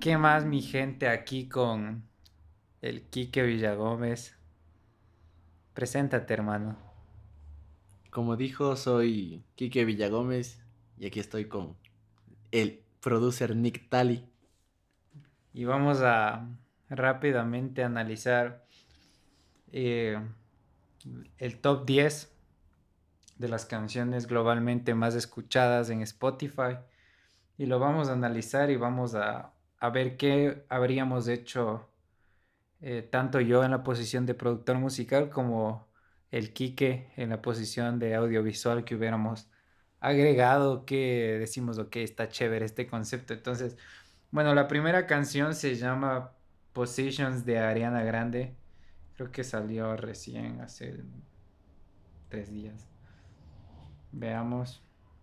¿Qué más, mi gente? Aquí con el Quique Villagómez. Preséntate, hermano. Como dijo, soy Quique Villagómez y aquí estoy con el producer Nick Tally. Y vamos a rápidamente analizar eh, el top 10 de las canciones globalmente más escuchadas en Spotify. Y lo vamos a analizar y vamos a ver qué habríamos hecho, tanto yo en la posición de productor musical como el Quique en la posición de audiovisual que hubiéramos agregado, que decimos, ok, está chévere este concepto. Entonces, bueno, la primera canción se llama Positions de Ariana Grande. Creo que salió recién hace 3 días. Veamos.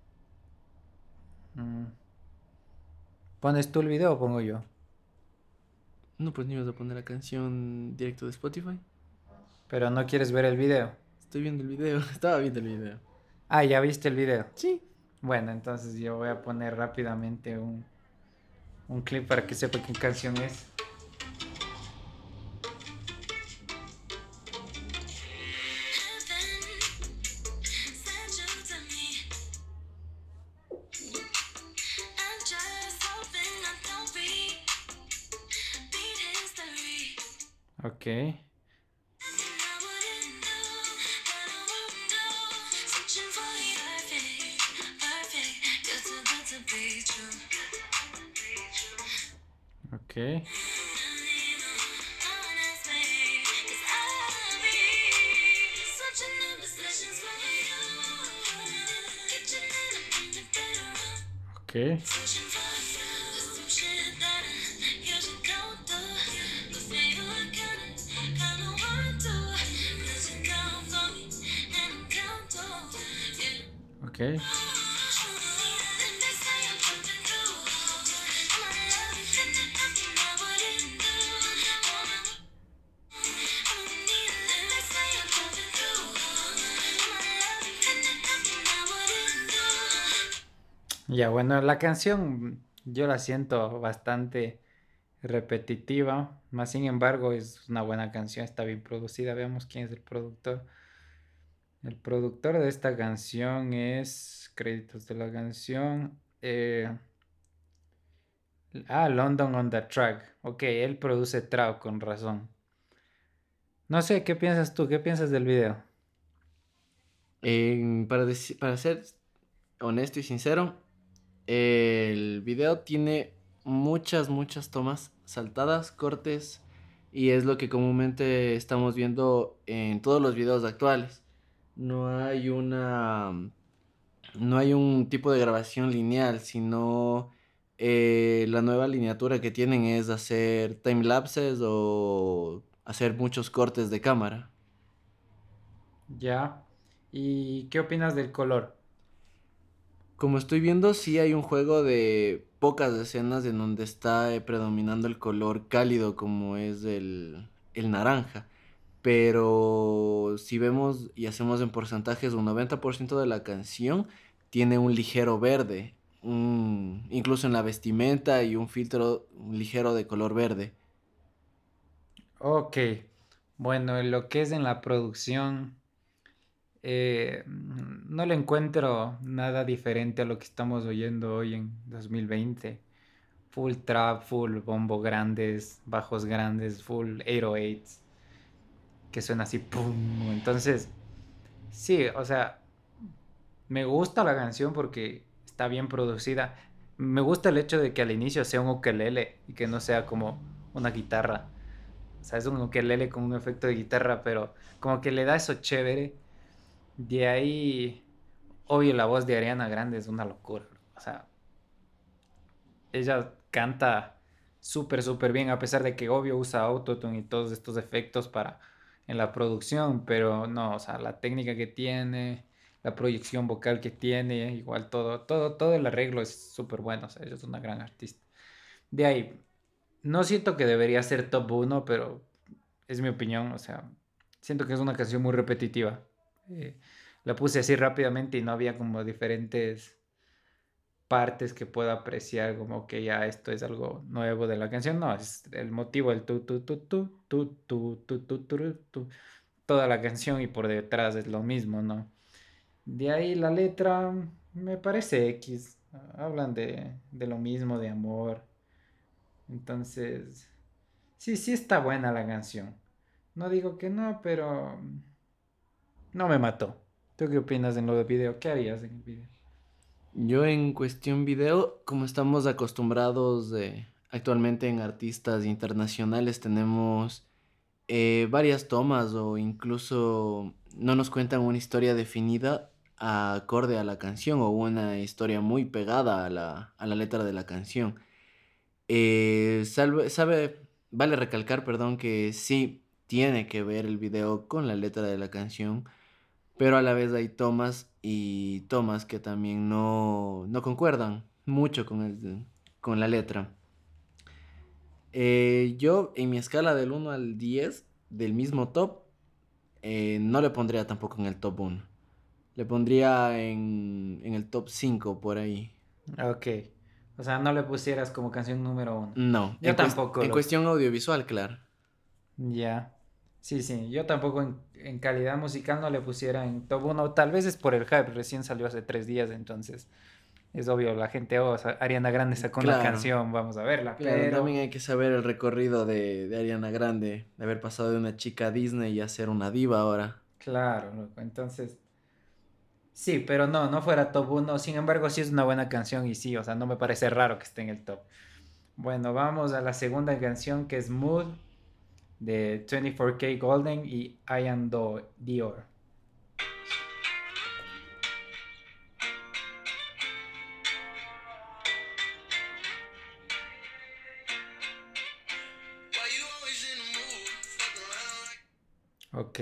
Mm. ¿Pones tú el video o pongo yo? No, pues ni vas a poner la canción directo de Spotify. Pero no quieres ver el video. Estoy viendo el video, estaba viendo el video. Ah, ya viste el video. Sí. Bueno, entonces yo voy a poner rápidamente un clip para que sepa qué canción es. Ok. Ok. Ok. Ok. Ya, bueno, la canción yo la siento bastante repetitiva, más sin embargo es una buena canción, está bien producida. Veamos quién es el productor. El productor de esta canción es, créditos de la canción, London on the Track. Ok, él produce trap con razón. No sé, ¿qué piensas tú? ¿Qué piensas del video? Para ser honesto y sincero, el video tiene muchas tomas saltadas, cortes, y es lo que comúnmente estamos viendo en todos los videos actuales. No hay una no hay un tipo de grabación lineal, sino la nueva lineatura que tienen es hacer time lapses o hacer muchos cortes de cámara. Ya. ¿Y qué opinas del color? Como estoy viendo, sí hay un juego de pocas escenas en donde está predominando el color cálido como es el naranja. Pero si vemos y hacemos en porcentajes, un 90% de la canción tiene un ligero verde, incluso en la vestimenta y un filtro ligero de color verde. Ok. Bueno, en lo que es en la producción, no le encuentro nada diferente a lo que estamos oyendo hoy en 2020. Full trap, full bombo grandes, bajos grandes, full 808s, que suena así, pum. Entonces, sí, o sea, me gusta la canción porque está bien producida. Me gusta el hecho de que al inicio sea un ukelele y que no sea como una guitarra. O sea, es un ukelele con un efecto de guitarra, pero como que le da eso chévere. De ahí, obvio, la voz de Ariana Grande es una locura. O sea, ella canta súper bien, a pesar de que obvio usa autotune y todos estos efectos para en la producción, pero no, o sea, la técnica que tiene, la proyección vocal que tiene, igual todo el arreglo es súper bueno, o sea, ella es una gran artista. De ahí, no siento que debería ser top uno, pero es mi opinión, o sea, siento que es una canción muy repetitiva. La puse así rápidamente y no había como diferentes partes que puedo apreciar como que ya esto es algo nuevo de la canción. No, es el motivo, el tu, toda la canción y por detrás es lo mismo, ¿no? De ahí la letra me parece X. Hablan de lo mismo, de amor. Entonces, sí, sí está buena la canción. No digo que no, pero no me mató. ¿Tú qué opinas en lo del video? ¿Qué harías en el video? Yo en cuestión video, como estamos acostumbrados actualmente en artistas internacionales, tenemos varias tomas o incluso no nos cuentan una historia definida acorde a la canción o una historia muy pegada a la letra de la canción. Vale recalcar, perdón, que sí tiene que ver el video con la letra de la canción, pero a la vez hay tomas y tomas que también no concuerdan mucho con la letra. Yo en mi escala del 1 al 10 del mismo top, no le pondría tampoco en el top 1. Le pondría en el top 5 por ahí. Ok. O sea, no le pusieras como canción número uno. No, Yo tampoco en lo... cuestión audiovisual, claro. Ya. Sí, sí. Yo tampoco en calidad musical no le pusiera en top uno. Tal vez es por el hype. Recién salió hace 3 días, entonces es obvio. La gente, oh, Ariana Grande sacó una Claro, canción, vamos a verla. claro, también Pero, hay que saber el recorrido de Ariana Grande, de haber pasado de una chica Disney y a ser una diva ahora. claro, loco. Entonces, sí, pero no, no fuera top uno. Sin embargo, sí es una buena canción y sí, o sea, no me parece raro que esté en el top. Bueno, vamos a la segunda canción que es Mood de 24K Golden y Dior. Ok,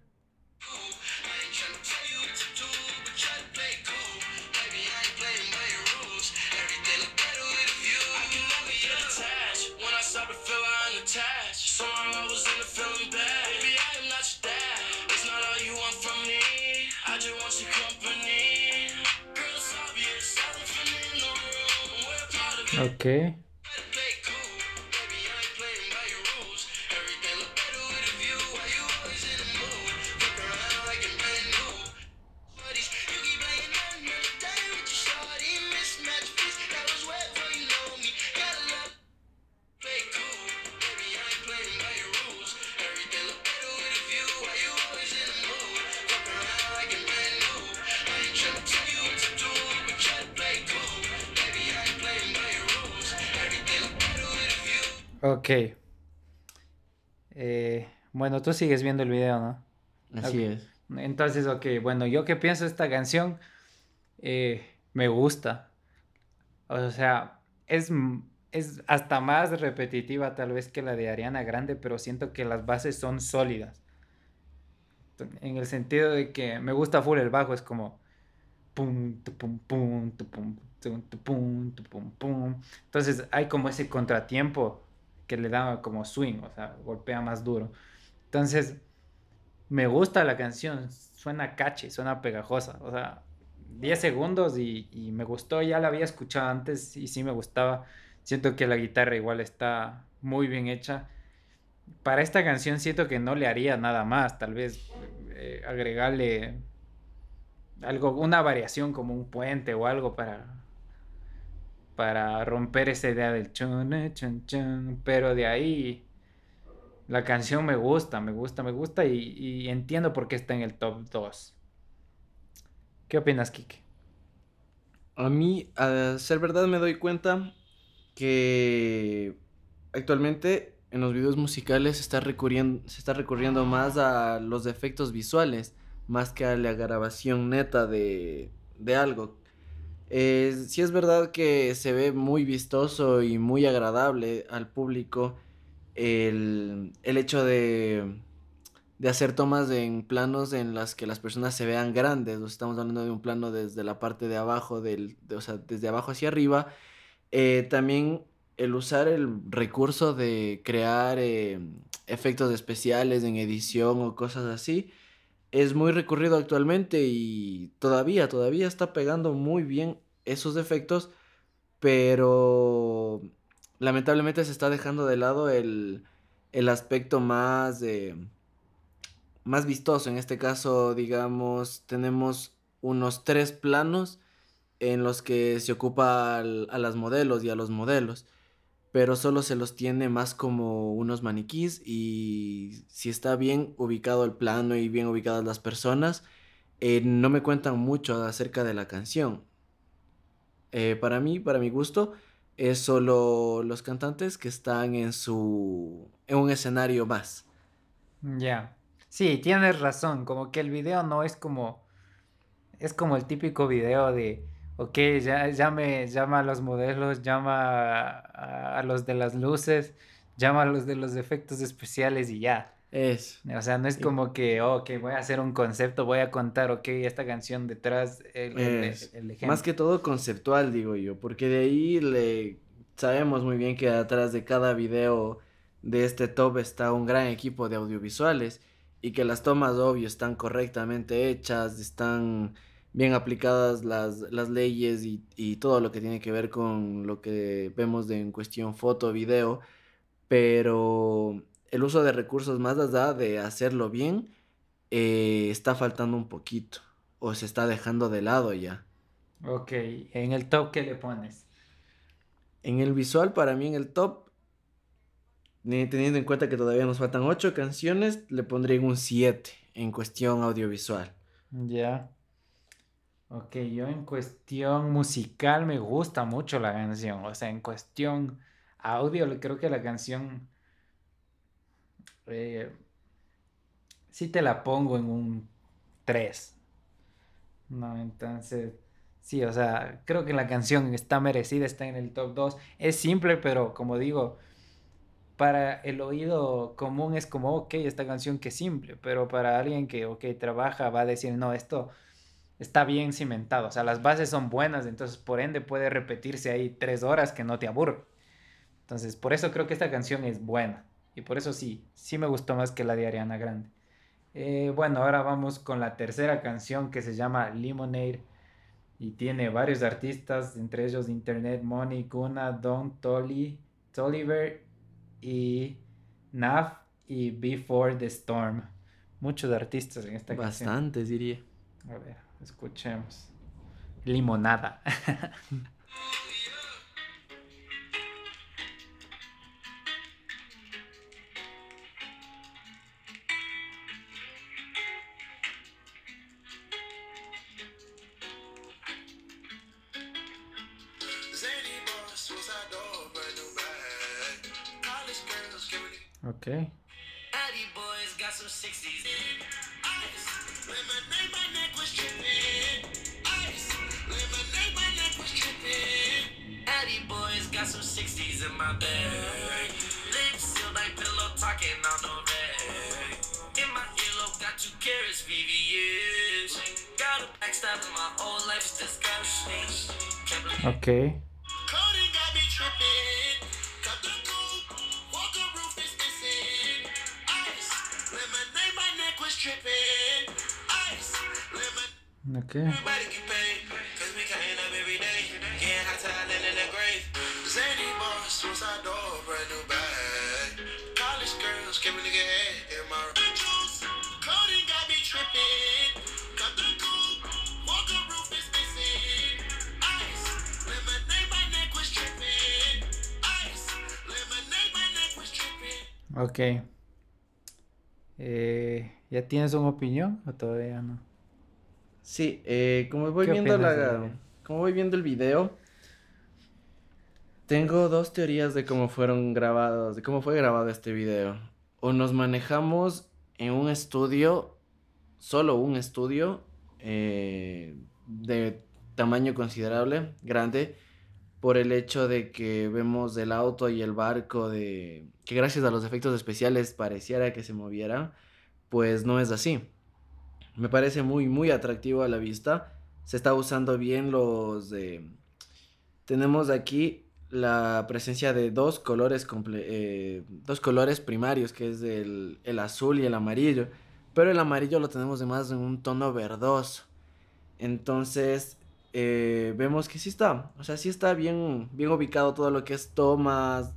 ok, ok. Bueno, tú sigues viendo el video, ¿no? Ok. Así es. Entonces, ok, bueno, yo que pienso de esta canción, me gusta. O sea, es hasta más repetitiva tal vez que la de Ariana Grande, pero siento que las bases son sólidas. En el sentido de que me gusta full el bajo, es como pum, tu, pum, tu, tu, pum, tu, pum. Entonces hay como ese contratiempo que le da como swing, o sea, golpea más duro. Entonces, me gusta la canción, suena catchy, suena pegajosa, o sea, 10 segundos y me gustó, ya la había escuchado antes y sí me gustaba. Siento que la guitarra igual está muy bien hecha. Para esta canción siento que no le haría nada más, tal vez agregarle algo, una variación como un puente o algo para romper esa idea del chun, chun, chun, pero de ahí la canción me gusta, me gusta y entiendo por qué está en el top 2. ¿Qué opinas, Kike? A mí, a ser verdad, me doy cuenta que actualmente en los videos musicales se está recurriendo más a los efectos visuales, más que a la grabación neta de algo. Sí es verdad que se ve muy vistoso y muy agradable al público el hecho de hacer tomas en planos en las que las personas se vean grandes. O sea, estamos hablando de un plano desde la parte de abajo, o sea, desde abajo hacia arriba. También el usar el recurso de crear efectos especiales en edición o cosas así es muy recurrido actualmente y todavía está pegando muy bien esos efectos pero lamentablemente se está dejando de lado el aspecto más vistoso. En este caso, digamos, tenemos unos 3 planos en los que se ocupa a las modelos y a los modelos, pero solo se los tiene más como unos maniquís, y si está bien ubicado el plano y bien ubicadas las personas, no me cuentan mucho acerca de la canción. Para mí, para mi gusto, es solo los cantantes que están en un escenario más. Ya. Sí, tienes razón, como que el video no es como, es como el típico video de, ok, ya, llama a los modelos, llama a los de las luces, llama a los de los efectos especiales y ya. Es. O sea, no es Y como que, ok, voy a hacer un concepto, voy a contar, ok, esta canción detrás, es el más ejemplo. que todo conceptual, digo yo, porque de ahí sabemos muy bien que atrás de cada video de este top está un gran equipo de audiovisuales, y que las tomas, obvio, están correctamente hechas, están bien aplicadas las leyes y todo lo que tiene que ver con lo que vemos en cuestión foto, video, pero el uso de recursos más allá de hacerlo bien, está faltando un poquito, o se está dejando de lado ya. Ok, en el top, ¿qué le pones? En el visual, para mí en el top, teniendo en cuenta que todavía nos faltan 8 canciones, le pondría un 7 en cuestión audiovisual. Ya. Ok, yo en cuestión musical me gusta mucho la canción. O sea, en cuestión audio, creo que la canción eh, sí te la pongo en un 3. No, entonces, sí, o sea, creo que la canción está merecida, está en el top 2. Es simple, pero como digo, para el oído común es como, ok, esta canción que simple, pero para alguien que, ok, trabaja, va a decir, no, esto está bien cimentado, o sea, las bases son buenas, entonces por ende puede repetirse ahí 3 horas que no te aburre. Entonces, por eso creo que esta canción es buena. Y por eso sí, sí me gustó más que la de Ariana Grande. Bueno, ahora vamos con la tercera canción que se llama Lemonade y tiene varios artistas, entre ellos Internet Money, Guna, Don Toliver y Nav y Before the Storm. Muchos artistas en esta canción. Bastantes, diría. A ver, escuchemos. Limonada. Ok. Addy boys got some 60s in ice. Lemonade, my neck was tripping. Ice. Lemonade, my neck was tripping. Addy boys got some 60s in my bag. Lips sealed like pillow talking on the rag. In my earlobe got 2 carats, VVS. Got a backstab in my whole life is disgusting. Ok. Coding got me tripping. Cut the coupe, walker roof is missing. Ice, lemonade, my neck was tripping. Ice, lemon. Ok. Everybody get paid, cause we counting up every day. Getting hot talent in the grave. Zany boss, suicide door, brand new bag. College girls, give me nigga head in my juice. Coding got me tripping. Cut the coupe, walker roof is missing. Ice, lemonade, my neck was tripping. Ice, lemonade, my neck was tripping. Ok. ¿Ya tienes una opinión o todavía no? Sí, como voy ¿Qué viendo opinas del video? como voy viendo el video, tengo 2 teorías de cómo fueron grabados, de cómo fue grabado este video. O nos manejamos en un estudio, solo un estudio, de tamaño considerable, grande, por el hecho de que vemos el auto y el barco que gracias a los efectos especiales pareciera que se movieran, pues no es así. Me parece muy, muy atractivo a la vista. Se está usando bien tenemos aquí la presencia de 2 colores, 2 colores primarios, que es el azul y el amarillo. Pero el amarillo lo tenemos de más en un tono verdoso. Entonces, vemos que sí está, o sea, sí está bien, bien ubicado todo lo que es tomas,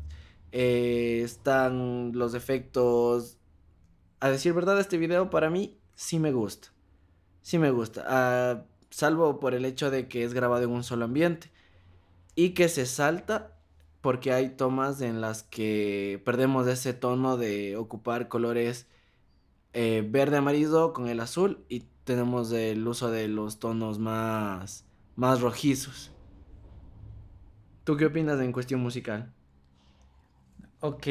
están los efectos. A decir verdad, este video para mí sí me gusta, sí me gusta, salvo por el hecho de que es grabado en un solo ambiente y que se salta porque hay tomas en las que perdemos ese tono de ocupar colores verde amarillo con el azul y tenemos el uso de los tonos más rojizos. ¿Tú qué opinas en cuestión musical? Ok,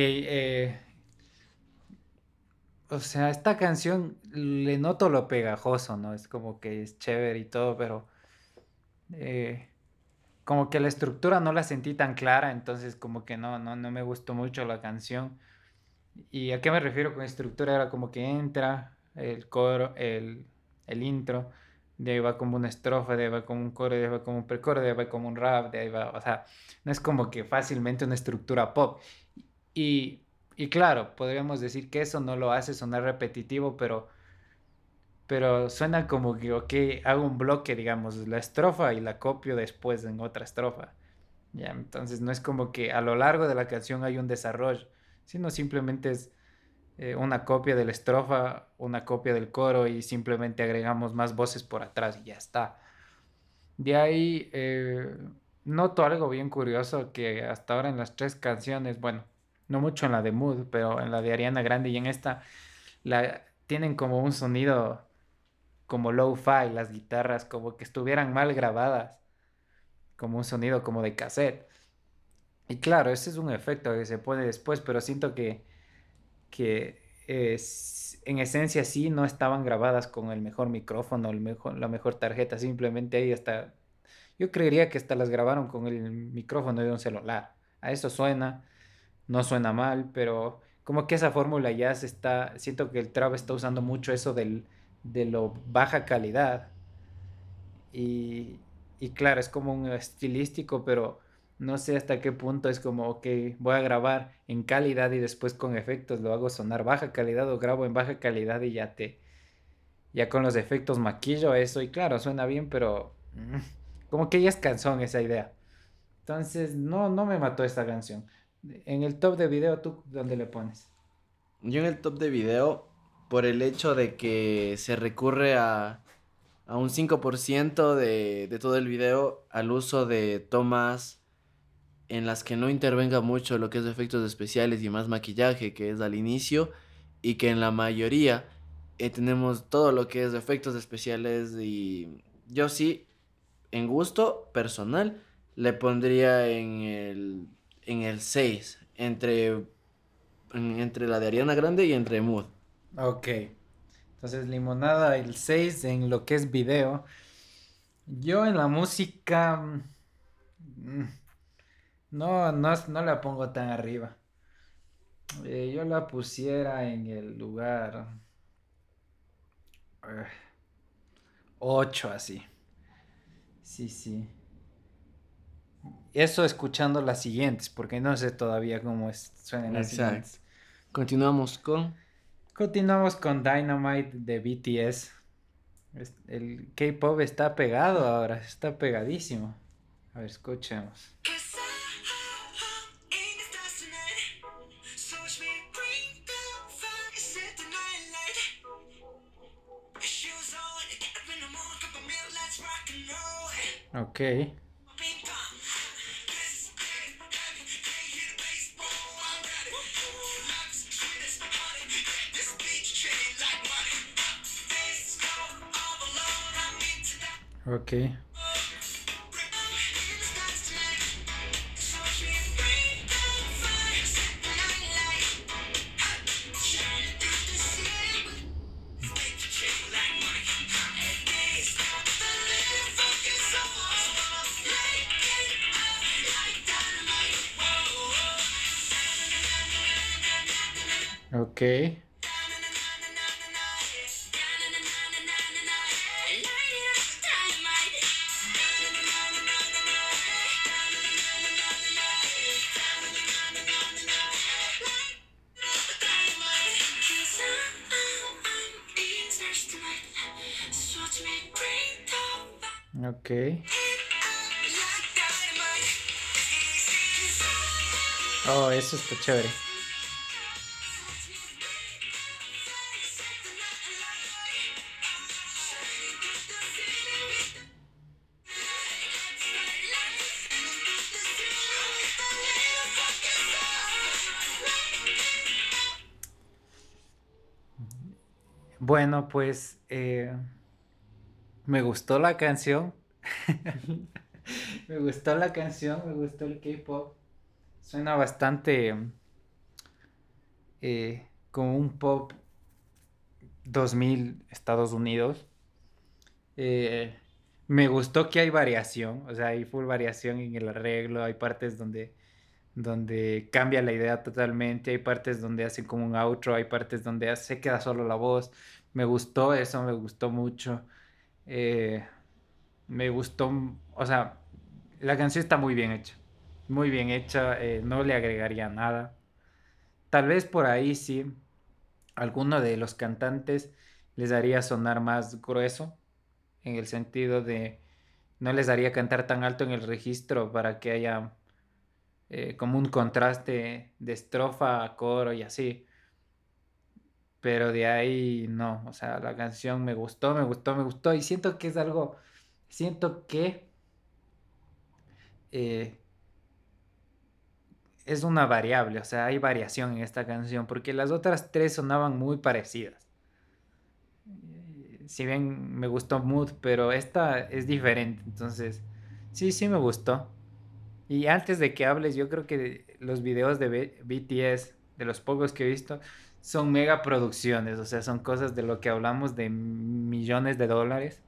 o sea, esta canción le noto lo pegajoso, ¿no? Es como que es chévere y todo, pero eh, como que la estructura no la sentí tan clara, entonces como que no me gustó mucho la canción. ¿Y a qué me refiero con estructura? Era como que entra el coro, el intro, de ahí va como una estrofa, de ahí va como un coro, de ahí va como un precoro, de ahí va como un rap, de ahí va, o sea, no es como que fácilmente una estructura pop. Y, y claro, podríamos decir que eso no lo hace sonar repetitivo, pero suena como que, ok, hago un bloque, digamos, la estrofa y la copio después en otra estrofa. Ya, entonces no es como que a lo largo de la canción hay un desarrollo, sino simplemente es una copia de la estrofa, una copia del coro y simplemente agregamos más voces por atrás y ya está. De ahí noto algo bien curioso que hasta ahora en las tres canciones, bueno, no mucho en la de Mood, pero en la de Ariana Grande y en esta, tienen como un sonido como low-fi, las guitarras como que estuvieran mal grabadas, como un sonido como de cassette. Y claro, ese es un efecto que se pone después, pero siento que en esencia sí no estaban grabadas con el mejor micrófono, la mejor tarjeta, simplemente ahí hasta, yo creería que hasta las grabaron con el micrófono de un celular. A eso suena, no suena mal, pero como que esa fórmula ya se está, siento que el trap está usando mucho eso de lo baja calidad y, y claro, es como un estilístico, pero no sé hasta qué punto es como, ok, voy a grabar en calidad y después con efectos lo hago sonar baja calidad o grabo en baja calidad y ya con los efectos maquillo eso y claro, suena bien, pero como que ya es cansón esa idea. Entonces, no me mató esta canción. En el top de video, ¿tú dónde le pones? Yo en el top de video, por el hecho de que se recurre a un 5% de todo el video al uso de tomas en las que no intervenga mucho lo que es efectos especiales y más maquillaje, que es al inicio, y que en la mayoría tenemos todo lo que es efectos especiales y yo sí, en gusto personal, le pondría en el 6 entre la de Ariana Grande y entre Mood. Ok. Entonces, Limonada el 6 en lo que es video. Yo en la música no la pongo tan arriba. Yo la pusiera en el lugar 8 así. Sí, sí. Eso escuchando las siguientes, porque no sé todavía cómo suenan las Exacto. siguientes. Continuamos con... Continuamos con Dynamite de BTS. El K-pop está pegado ahora, está pegadísimo. A ver, escuchemos. Ok, ok. Ok, ok. Oh, eso está chévere. Bueno, pues me gustó la canción. Me gustó la canción, me gustó el K-pop. Suena bastante como un pop 2000 Estados Unidos. Eh, Me gustó que hay variación, o sea, hay full variación en el arreglo, hay partes donde cambia la idea totalmente, hay partes donde hacen como un outro, hay partes donde se queda solo la voz. Me gustó eso, me gustó mucho. Eh, Me gustó, o sea, la canción está muy bien hecha, no le agregaría nada. Tal vez por ahí sí, alguno de los cantantes les haría sonar más grueso, en el sentido de no les haría cantar tan alto en el registro para que haya como un contraste de estrofa a coro y así. Pero de ahí no, o sea, la canción me gustó, me gustó, me gustó y siento que es algo, siento que eh, es una variable, o sea, hay variación en esta canción porque las otras tres sonaban muy parecidas. Si bien me gustó Mood, pero esta es diferente, entonces sí, sí me gustó. Y antes de que hables, yo creo que los videos de BTS, de los pocos que he visto, son mega producciones, o sea, son cosas de lo que hablamos de millones de dólares.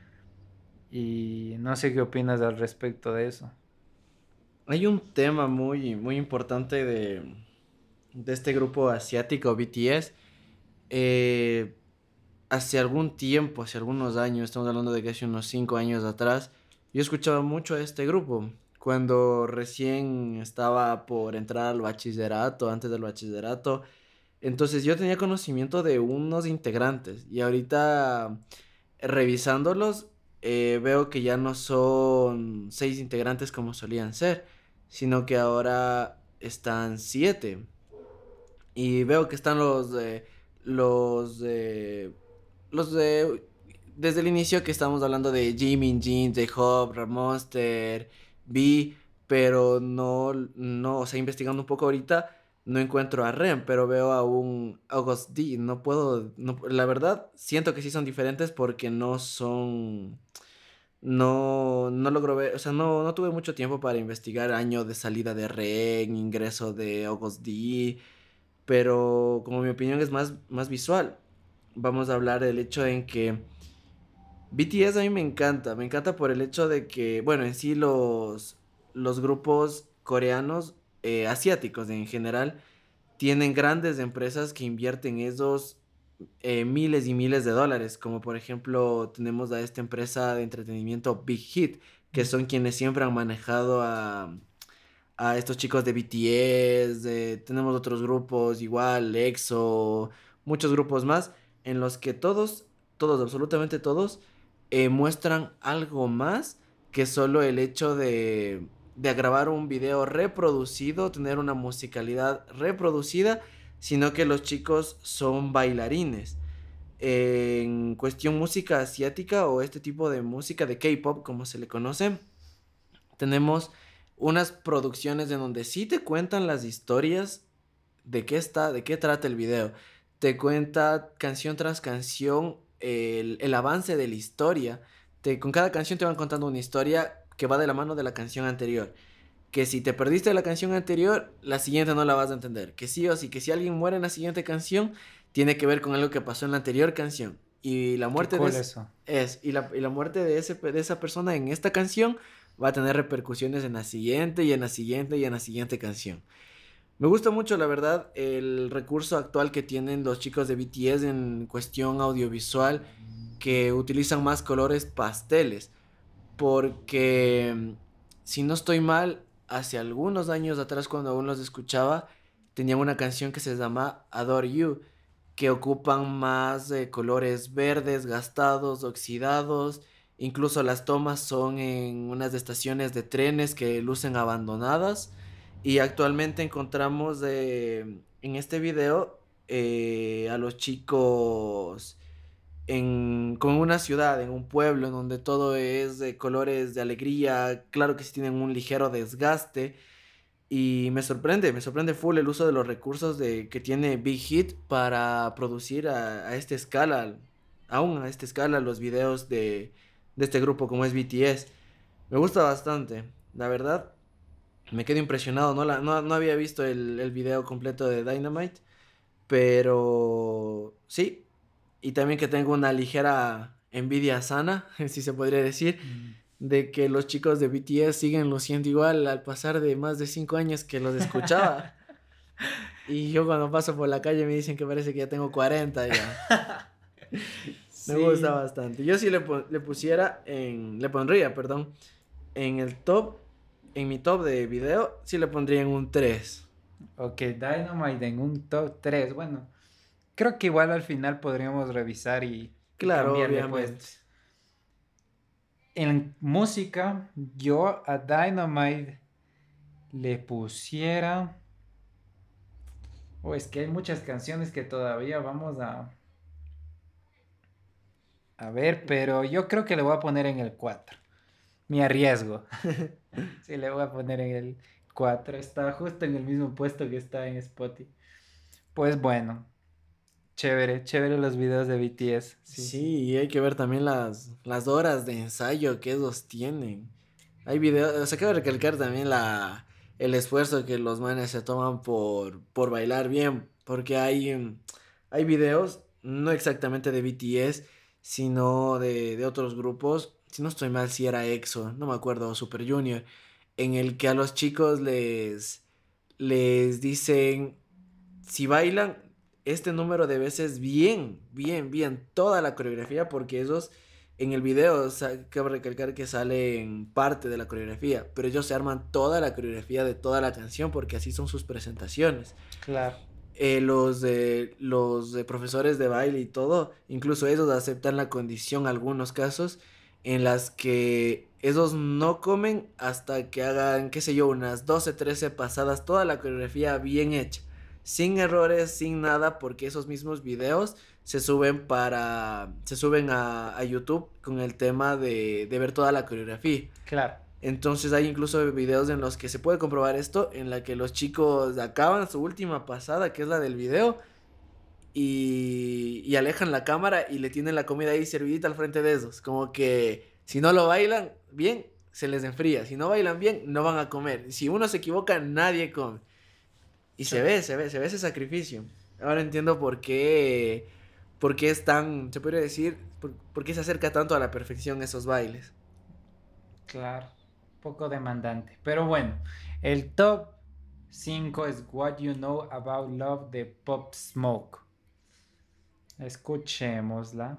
Y no sé qué opinas al respecto de eso. Hay un tema muy, muy importante de este grupo asiático BTS. Eh, Hace algún tiempo, hace algunos años, estamos hablando de que hace unos 5 años atrás, yo escuchaba mucho a este grupo. Cuando recién estaba por entrar al bachillerato, antes del bachillerato, entonces yo tenía conocimiento de unos integrantes y ahorita revisándolos veo que ya no son 6 integrantes como solían ser, sino que ahora están 7. Y veo que están los de, los de, desde el inicio que estamos hablando de Jimin, Jin, J-Hope, Ramonster, V, pero no, o sea, investigando un poco ahorita, no encuentro a Rem, pero veo a un August D, no puedo, la verdad, siento que sí son diferentes porque no logro ver, o sea, no tuve mucho tiempo para investigar año de salida de Rem, ingreso de August D, pero como mi opinión es más visual, vamos a hablar del hecho en que BTS a mí me encanta por el hecho de que, bueno, en sí los grupos coreanos, asiáticos en general, tienen grandes empresas que invierten esos miles y miles de dólares, como por ejemplo tenemos a esta empresa de entretenimiento Big Hit, que son quienes siempre han manejado a estos chicos de BTS, tenemos otros grupos igual, EXO, muchos grupos más, en los que todos, absolutamente todos, muestran algo más que solo el hecho de grabar un video reproducido, tener una musicalidad reproducida, sino que los chicos son bailarines. En cuestión música asiática o este tipo de música de K-pop, como se le conoce, tenemos unas producciones en donde sí te cuentan las historias de qué trata el video. Te cuenta canción tras canción el avance de la historia. Con cada canción te van contando una historia que va de la mano de la canción anterior. Que si te perdiste la canción anterior, la siguiente no la vas a entender. Que sí o sí, que si alguien muere en la siguiente canción, tiene que ver con algo que pasó en la anterior canción. Y la Qué muerte cool eso. y la muerte de esa persona en esta canción va a tener repercusiones en la siguiente y en la siguiente y en la siguiente canción. Me gusta mucho, la verdad, el recurso actual que tienen los chicos de BTS en cuestión audiovisual, que utilizan más colores pasteles, porque si no estoy mal, hace algunos años atrás cuando aún los escuchaba, tenían una canción que se llama Adore You, que ocupan más colores verdes, gastados, oxidados, incluso las tomas son en unas estaciones de trenes que lucen abandonadas Y actualmente encontramos en este video a los chicos con una ciudad, en un pueblo, en donde todo es de colores de alegría, claro que sí tienen un ligero desgaste, y me sorprende full el uso de los recursos que tiene Big Hit para producir a esta escala, aún a esta escala, los videos de este grupo como es BTS. Me gusta bastante, la verdad, me quedo impresionado, no había visto el video completo de Dynamite, pero sí, y también que tengo una ligera envidia sana, si se podría decir, Mm. de que los chicos de BTS siguen luciendo igual al pasar de más de 5 años que los escuchaba. Y yo cuando paso por la calle me dicen que parece que ya tengo 40 ya. Me gusta Sí. bastante. Yo sí le pondría, perdón, en el top, en mi top de video, sí le pondría en un 3. Ok, Dynamite en un top 3. Bueno, creo que igual al final podríamos revisar y Claro, cambiarle obviamente. puestos. En música, yo a Dynamite le pusiera... O es que hay muchas canciones que todavía vamos a ver, pero yo creo que le voy a poner en el 4. Me arriesgo. Sí, le voy a poner en el 4. Está justo en el mismo puesto que está en Spotify. Pues bueno, chévere, chévere los videos de BTS. Sí, sí. Sí, y hay que ver también las horas de ensayo que ellos tienen. Hay videos, o sea, cabe recalcar también el esfuerzo que los manes se toman por bailar bien, porque hay videos, no exactamente de BTS, sino de otros grupos, si no estoy mal, si era EXO, no me acuerdo, Super Junior, en el que a los chicos les dicen si bailan este número de veces bien, toda la coreografía, porque esos en el video, cabe recalcar que salen parte de la coreografía, pero ellos se arman toda la coreografía de toda la canción, porque así son sus presentaciones. Claro, Los de profesores de baile y todo, incluso ellos aceptan la condición, algunos casos, en las que ellos no comen hasta que hagan, qué sé yo, unas 12 13 pasadas, toda la coreografía bien hecha, sin errores, sin nada, porque esos mismos videos se suben a YouTube con el tema de ver toda la coreografía. claro. Entonces hay incluso videos en los que se puede comprobar esto, en la que los chicos acaban su última pasada, que es la del video, y alejan la cámara y le tienen la comida ahí servidita al frente de esos. Como que si no lo bailan bien, se les enfría. Si no bailan bien, no van a comer. Si uno se equivoca, nadie come. Y Chuta. se ve ese sacrificio. Ahora entiendo por qué es tan, se podría decir, por qué se acerca tanto a la perfección esos bailes. Claro, poco demandante. Pero bueno, el top 5 es What You Know About Love de Pop Smoke. Escuchémosla.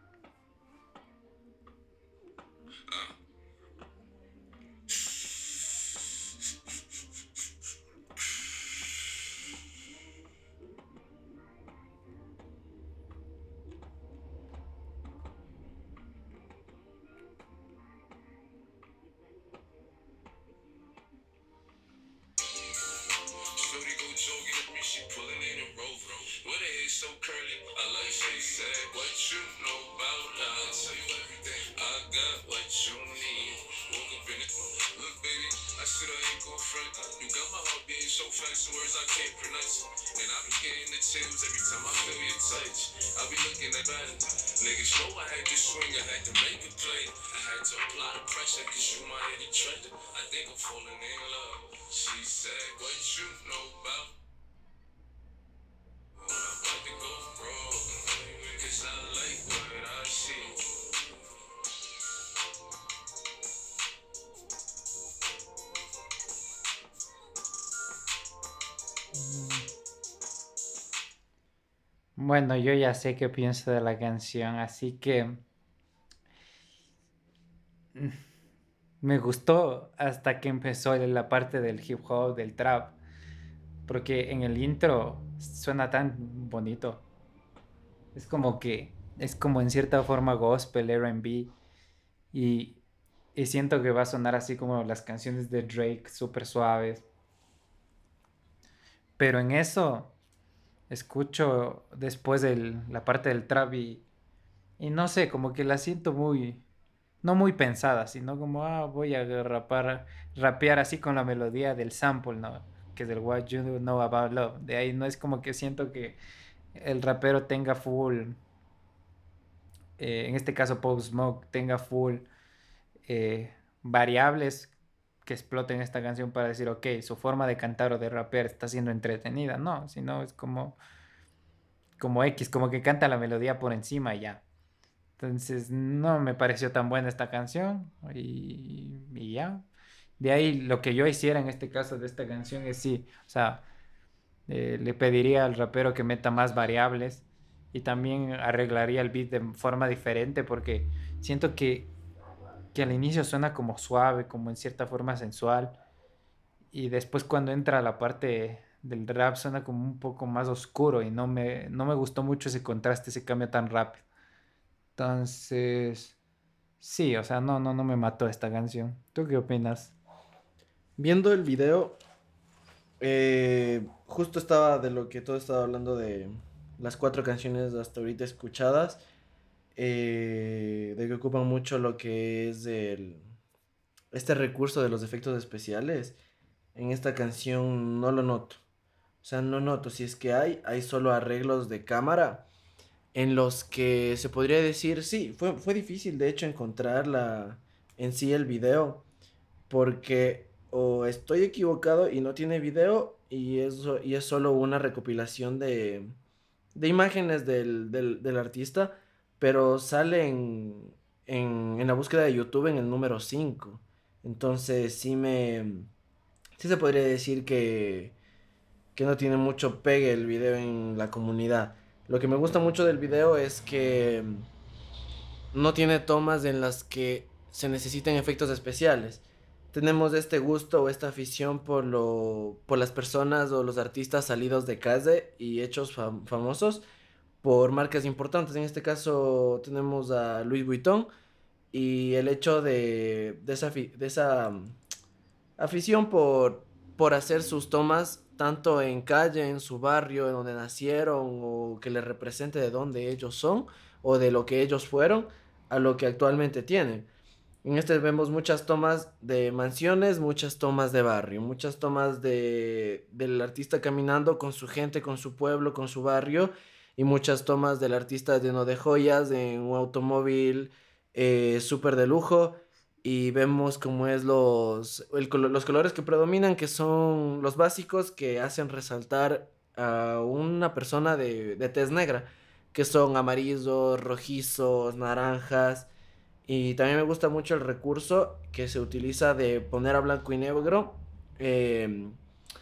Shorty go jogging with me, she pulling in a rover. With her hair so curly, I like she said, what you know about love? I'll tell you everything, I got what you need. Woke up in it, look baby, I said I ain't gon' front. You got my heart beating so fast, some words I can't pronounce. And I be getting the chills every time I feel your touch. I be looking at bad niggas know I had to swing, I had to make a play. I had to apply the pressure, cause you my hidden treasure. I think I'm falling in love. She said, what you know about when I'm about to go broke, cause I like what I see. Bueno, yo ya sé qué pienso de la canción, así que me gustó hasta que empezó la parte del hip hop, del trap, porque en el intro suena tan bonito. Es como en cierta forma gospel, R&B, y, y siento que va a sonar así como las canciones de Drake, súper suaves. Pero en eso escucho después la parte del trap y no sé, como que la siento muy, no muy pensada, sino como, voy a rapear así con la melodía del sample, ¿no? Que es el What You Know About Love. De ahí no es como que siento que el rapero tenga full, en este caso Pop Smoke, tenga full eh, variables que exploten esta canción para decir, ok, su forma de cantar o de rapear está siendo entretenida. No, sino es como X, como que canta la melodía por encima y ya. Entonces no me pareció tan buena esta canción y ya. De ahí lo que yo hiciera en este caso de esta canción es sí, o sea, le pediría al rapero que meta más variables y también arreglaría el beat de forma diferente porque siento que al inicio suena como suave, como en cierta forma sensual y después cuando entra la parte del rap suena como un poco más oscuro y no me gustó mucho ese contraste, ese cambio tan rápido. Entonces, sí, o sea, no me mató esta canción. ¿Tú qué opinas? Viendo el video, justo estaba de lo que todo estaba hablando de las 4 canciones hasta ahorita escuchadas, de que ocupan mucho lo que es este recurso de los efectos especiales. En esta canción no lo noto. O sea, no noto. Si es que hay solo arreglos de cámara en los que se podría decir, sí, fue difícil de hecho encontrar en sí el video, porque o estoy equivocado y no tiene video y es solo una recopilación de imágenes del artista, pero sale en la búsqueda de YouTube en el número 5. Entonces sí se podría decir que no tiene mucho pegue el video en la comunidad. Lo que me gusta mucho del video es que no tiene tomas en las que se necesiten efectos especiales. Tenemos este gusto o esta afición por las personas o los artistas salidos de calle y hechos famosos por marcas importantes. En este caso tenemos a Louis Vuitton y el hecho de esa afición por hacer sus tomas tanto en calle, en su barrio, en donde nacieron o que les represente de dónde ellos son o de lo que ellos fueron a lo que actualmente tienen. En este vemos muchas tomas de mansiones, muchas tomas de barrio, muchas tomas del artista caminando con su gente, con su pueblo, con su barrio, y muchas tomas del artista lleno de joyas en un automóvil súper de lujo. Y vemos cómo es los colores que predominan, que son los básicos que hacen resaltar a una persona de tez negra, que son amarillos, rojizos, naranjas. Y también me gusta mucho el recurso que se utiliza de poner a blanco y negro em,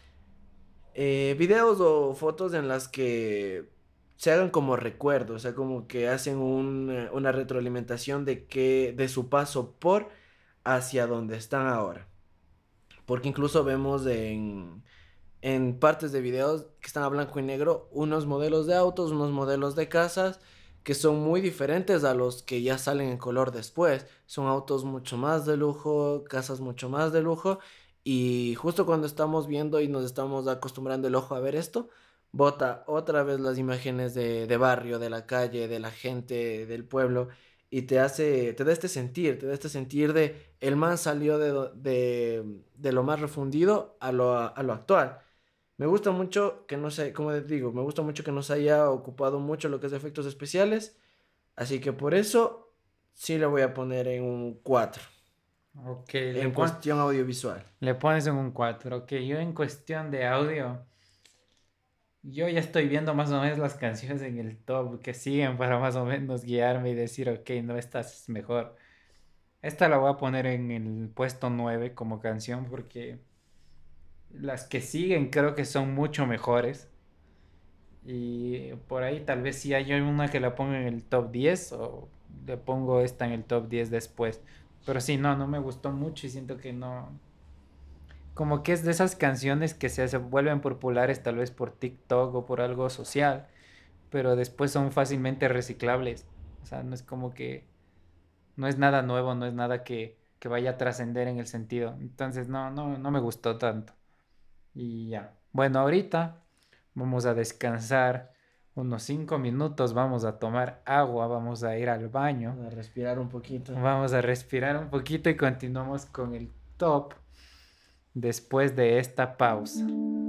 videos o fotos en las que se hagan como recuerdos, o sea, como que hacen una retroalimentación de su paso por hacia donde están ahora. Porque incluso vemos en partes de videos que están a blanco y negro unos modelos de autos, unos modelos de casas que son muy diferentes a los que ya salen en color después. Son autos mucho más de lujo, casas mucho más de lujo. Y justo cuando estamos viendo y nos estamos acostumbrando el ojo a ver esto, bota otra vez las imágenes de barrio, de la calle, de la gente, del pueblo. Y te da este sentir de el man salió de lo más refundido a lo actual. Me gusta mucho que no se, como les digo, me gusta mucho que no se haya ocupado mucho lo que es de efectos especiales. Así que por eso sí le voy a poner en un 4 Ok, en cuestión audiovisual. le pones en un 4. Ok, yo en cuestión de audio, yo ya estoy viendo más o menos las canciones en el top que siguen para más o menos guiarme y decir, ok, no, esta es mejor. Esta la voy a poner en el puesto 9 como canción porque las que siguen creo que son mucho mejores. Y por ahí tal vez si hay una que la ponga en el top 10 o le pongo esta en el top 10 después. Pero sí, no me gustó mucho y siento que no. Como que es de esas canciones que se vuelven populares tal vez por TikTok o por algo social, pero después son fácilmente reciclables. O sea, no es como que no es nada nuevo, no es nada que vaya a trascender en el sentido. Entonces no me gustó tanto. Y ya. Bueno, ahorita. Vamos a descansar unos 5 minutos, vamos a tomar agua, vamos a ir al baño, A respirar un poquito. vamos a respirar un poquito y continuamos con el top después de esta pausa.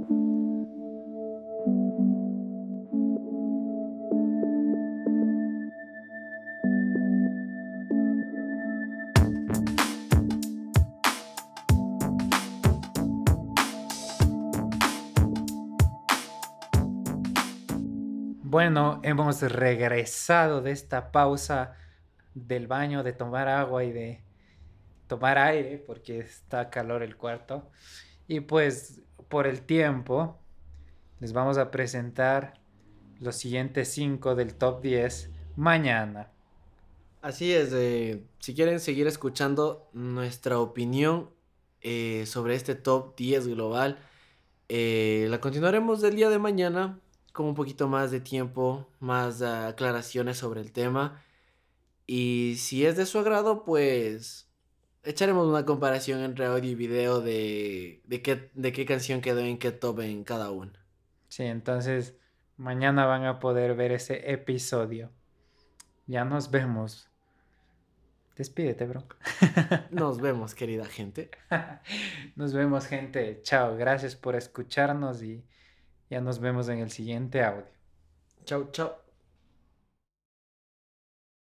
Bueno, hemos regresado de esta pausa del baño, de tomar agua y de tomar aire, porque está calor el cuarto. Y pues por el tiempo, les vamos a presentar los siguientes 5 del top 10 mañana. Así es, si quieren seguir escuchando nuestra opinión sobre este top 10 global, la continuaremos del día de mañana con un poquito más de tiempo, más aclaraciones sobre el tema. Y si es de su agrado, pues echaremos una comparación entre audio y video de qué canción quedó en qué top en cada uno. Sí, entonces mañana van a poder ver ese episodio. Ya nos vemos. Despídete, bro. Nos vemos, querida gente. Nos vemos, gente. Chao. Gracias por escucharnos y ya nos vemos en el siguiente audio. Chau, chau.